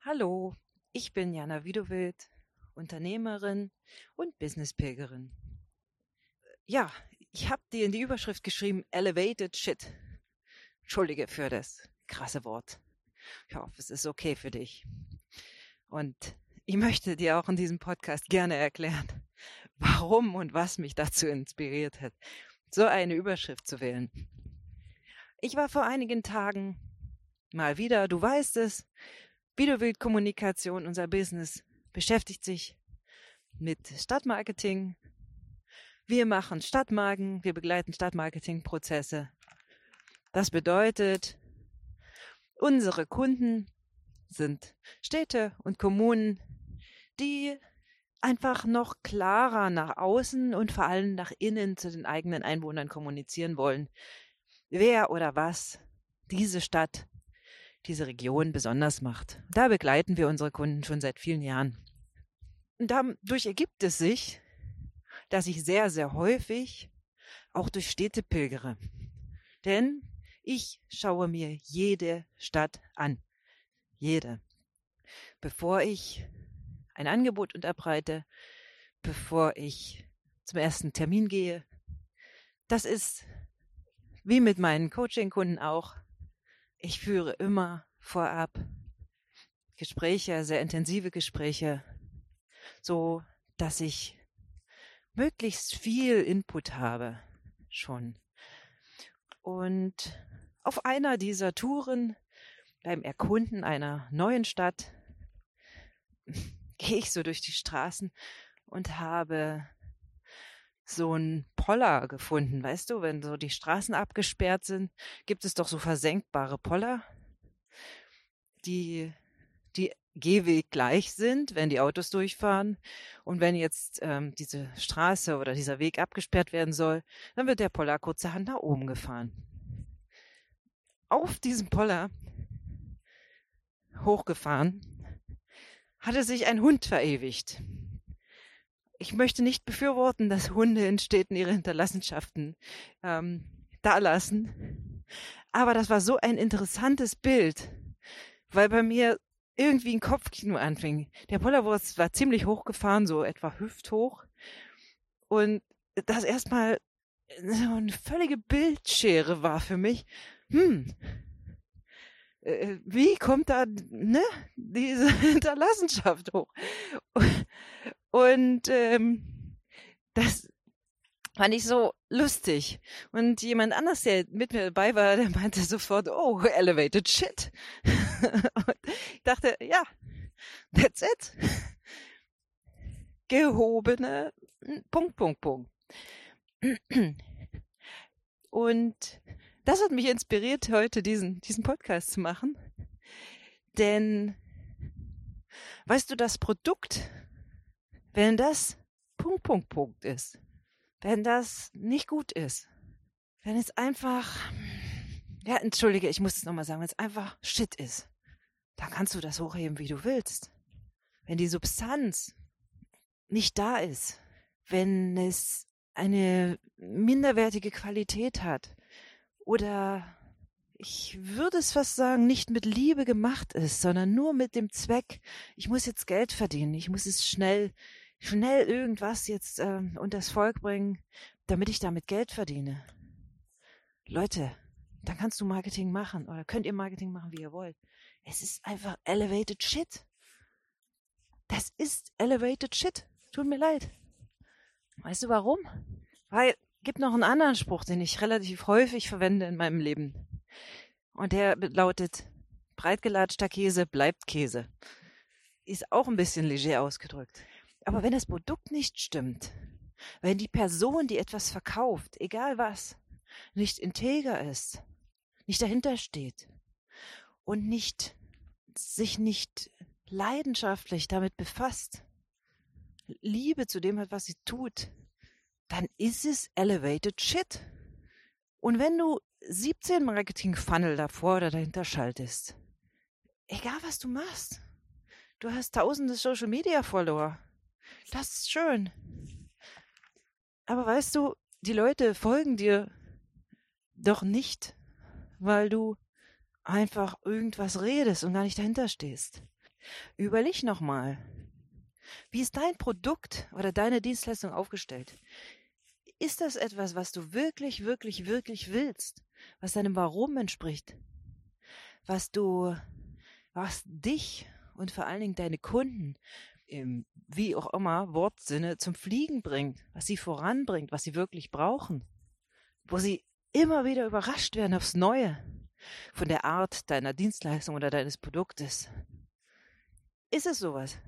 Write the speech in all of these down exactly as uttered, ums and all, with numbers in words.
Hallo, ich bin Jana Widowild, Unternehmerin und Businesspilgerin. Ja, ich habe dir in die Überschrift geschrieben, Elevated Shit. Entschuldige für das krasse Wort. Ich hoffe, es ist okay für dich. Und ich möchte dir auch in diesem Podcast gerne erklären, warum und was mich dazu inspiriert hat, so eine Überschrift zu wählen. Ich war vor einigen Tagen mal wieder, du weißt es, Widowild Kommunikation, unser Business, beschäftigt sich mit Stadtmarketing. Wir machen Stadtmarken, wir begleiten Stadtmarketingprozesse. Das bedeutet, unsere Kunden sind Städte und Kommunen, die einfach noch klarer nach außen und vor allem nach innen zu den eigenen Einwohnern kommunizieren wollen, wer oder was diese Stadt, diese Region besonders macht. Da begleiten wir unsere Kunden schon seit vielen Jahren. Und dadurch ergibt es sich, dass ich sehr, sehr häufig auch durch Städte pilgere. Denn ich schaue mir jede Stadt an. Jede. Bevor ich ein Angebot unterbreite, bevor ich zum ersten Termin gehe. Das ist wie mit meinen Coaching-Kunden auch. Ich führe immer vorab Gespräche, sehr intensive Gespräche, so dass ich möglichst viel Input habe schon. Und auf einer dieser Touren beim Erkunden einer neuen Stadt gehe ich so durch die Straßen und habe so einen Poller gefunden. Weißt du, wenn so die Straßen abgesperrt sind, gibt es doch so versenkbare Poller, die die Gehweg gleich sind, wenn die Autos durchfahren. Und wenn jetzt ähm, diese Straße oder dieser Weg abgesperrt werden soll, dann wird der Poller kurzerhand nach oben gefahren. Auf diesem Poller, hochgefahren, hatte sich ein Hund verewigt. Ich möchte nicht befürworten, dass Hunde in Städten ihre Hinterlassenschaften ähm, dalassen. Aber das war so ein interessantes Bild, weil bei mir irgendwie ein Kopfkino anfing. Der Pollerwurst war ziemlich hochgefahren, so etwa hüfthoch. Und das erstmal so eine völlige Bildschere war für mich. Hm, äh, wie kommt da ne, diese Hinterlassenschaft hoch? Und ähm, das fand ich so lustig. Und jemand anders, der mit mir dabei war, der meinte sofort, oh, elevated shit. Und ich dachte, ja, that's it. Gehobene Punkt, Punkt, Punkt. Und das hat mich inspiriert, heute diesen, diesen Podcast zu machen. Denn, weißt du, das Produkt, wenn das Punkt, Punkt, Punkt ist, wenn das nicht gut ist, wenn es einfach, ja, entschuldige, ich muss es nochmal sagen, wenn es einfach Shit ist, dann kannst du das hochheben, wie du willst. Wenn die Substanz nicht da ist, wenn es eine minderwertige Qualität hat oder ich würde es fast sagen, nicht mit Liebe gemacht ist, sondern nur mit dem Zweck, ich muss jetzt Geld verdienen, ich muss es schnell, schnell irgendwas jetzt ähm, unters Volk bringen, damit ich damit Geld verdiene. Leute, dann kannst du Marketing machen oder könnt ihr Marketing machen, wie ihr wollt. Es ist einfach elevated shit. Das ist elevated shit. Tut mir leid. Weißt du warum? Weil, gibt noch einen anderen Spruch, den ich relativ häufig verwende in meinem Leben. Und der lautet, breitgelatschter Käse bleibt Käse. Ist auch ein bisschen leger ausgedrückt. Aber wenn das Produkt nicht stimmt, wenn die Person, die etwas verkauft, egal was, nicht integer ist, nicht dahinter steht und nicht, sich nicht leidenschaftlich damit befasst, Liebe zu dem hat, was sie tut, dann ist es elevated shit. Und wenn du siebzehn Marketing-Funnel davor oder dahinter schaltest, egal was du machst, du hast tausende Social-Media-Follower, das ist schön. Aber weißt du, die Leute folgen dir doch nicht, weil du einfach irgendwas redest und gar nicht dahinter stehst. Überleg nochmal, wie ist dein Produkt oder deine Dienstleistung aufgestellt? Ist das etwas, was du wirklich, wirklich, wirklich willst? Was deinem Warum entspricht? Was du, was dich und vor allen Dingen deine Kunden im, wie auch immer, Wortsinne zum Fliegen bringt, was sie voranbringt, was sie wirklich brauchen, wo sie immer wieder überrascht werden aufs Neue von der Art deiner Dienstleistung oder deines Produktes. Ist es sowas?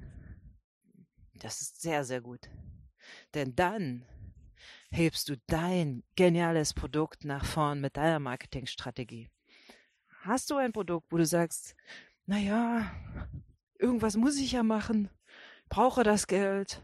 Das ist sehr, sehr gut. Denn dann hebst du dein geniales Produkt nach vorn mit deiner Marketingstrategie. Hast du ein Produkt, wo du sagst, naja, irgendwas muss ich ja machen, brauche das Geld.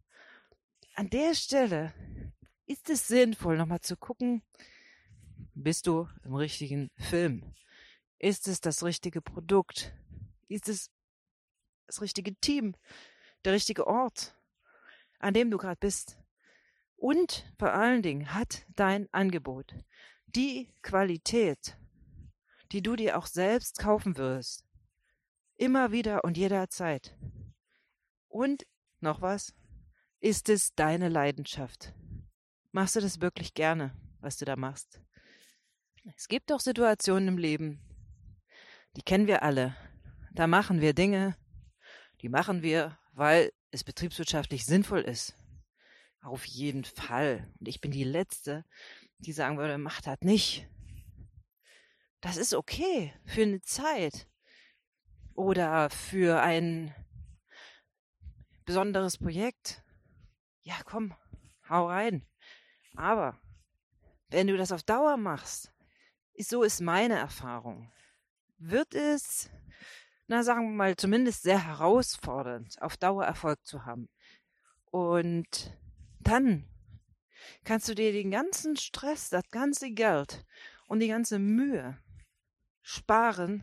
An der Stelle ist es sinnvoll, nochmal zu gucken, bist du im richtigen Film? Ist es das richtige Produkt? Ist es das richtige Team? Der richtige Ort, an dem du gerade bist? Und vor allen Dingen hat dein Angebot die Qualität, die du dir auch selbst kaufen wirst. Immer wieder und jederzeit. Und noch was? Ist es deine Leidenschaft? Machst du das wirklich gerne, was du da machst? Es gibt auch Situationen im Leben, die kennen wir alle. Da machen wir Dinge, die machen wir, weil es betriebswirtschaftlich sinnvoll ist. Auf jeden Fall. Und ich bin die Letzte, die sagen würde, mach das nicht. Das ist okay für eine Zeit oder für ein besonderes Projekt. Ja, komm, hau rein. Aber wenn du das auf Dauer machst, ist, so ist meine Erfahrung, wird es, na sagen wir mal, zumindest sehr herausfordernd, auf Dauer Erfolg zu haben. Und dann kannst du dir den ganzen Stress, das ganze Geld und die ganze Mühe sparen,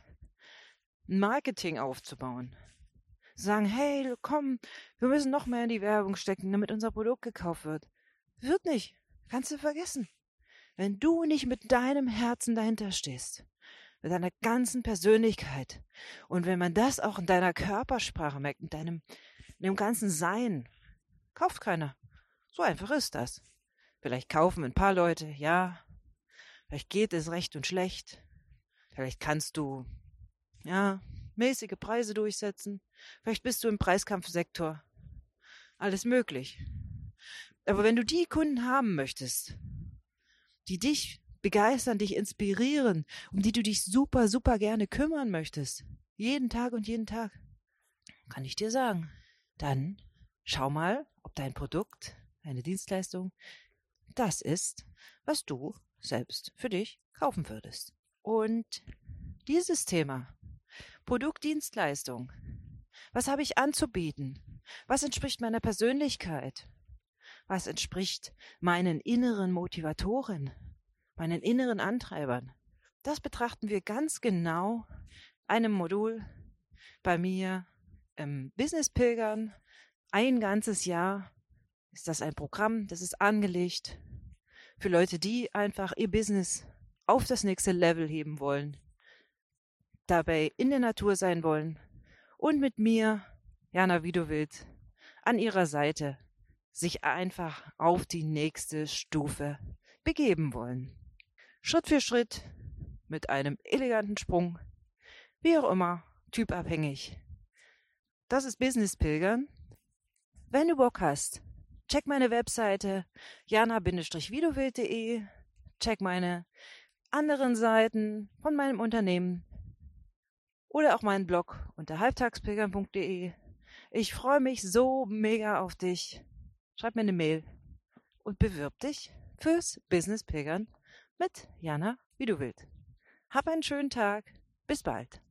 Marketing aufzubauen. Sagen, hey, komm, wir müssen noch mehr in die Werbung stecken, damit unser Produkt gekauft wird. Wird nicht. Kannst du vergessen. Wenn du nicht mit deinem Herzen dahinter stehst, mit deiner ganzen Persönlichkeit und wenn man das auch in deiner Körpersprache merkt, in deinem, in dem ganzen Sein, kauft keiner. So einfach ist das. Vielleicht kaufen ein paar Leute, ja. Vielleicht geht es recht und schlecht. Vielleicht kannst du, ja, mäßige Preise durchsetzen. Vielleicht bist du im Preiskampfsektor. Alles möglich. Aber wenn du die Kunden haben möchtest, die dich begeistern, dich inspirieren, um die du dich super, super gerne kümmern möchtest, jeden Tag und jeden Tag, kann ich dir sagen, dann schau mal, ob dein Produkt, eine Dienstleistung, das ist, was du selbst für dich kaufen würdest. Und dieses Thema, Produkt, Dienstleistung, was habe ich anzubieten? Was entspricht meiner Persönlichkeit? Was entspricht meinen inneren Motivatoren, meinen inneren Antreibern? Das betrachten wir ganz genau einem Modul bei mir im Business Pilgern. Ein ganzes Jahr ist das ein Programm, das ist angelegt für Leute, die einfach ihr Business auf das nächste Level heben wollen, dabei in der Natur sein wollen und mit mir, Jana Widowild, an ihrer Seite sich einfach auf die nächste Stufe begeben wollen. Schritt für Schritt, mit einem eleganten Sprung, wie auch immer, typabhängig. Das ist Business Pilgern. Wenn du Bock hast, check meine Webseite jana Widowild punkt de, check meine anderen Seiten von meinem Unternehmen oder auch meinen Blog unter halbtagspilgern punkt de. Ich freue mich so mega auf dich. Schreib mir eine Mail und bewirb dich fürs Business Pilgern mit Jana Widowild. Hab einen schönen Tag. Bis bald.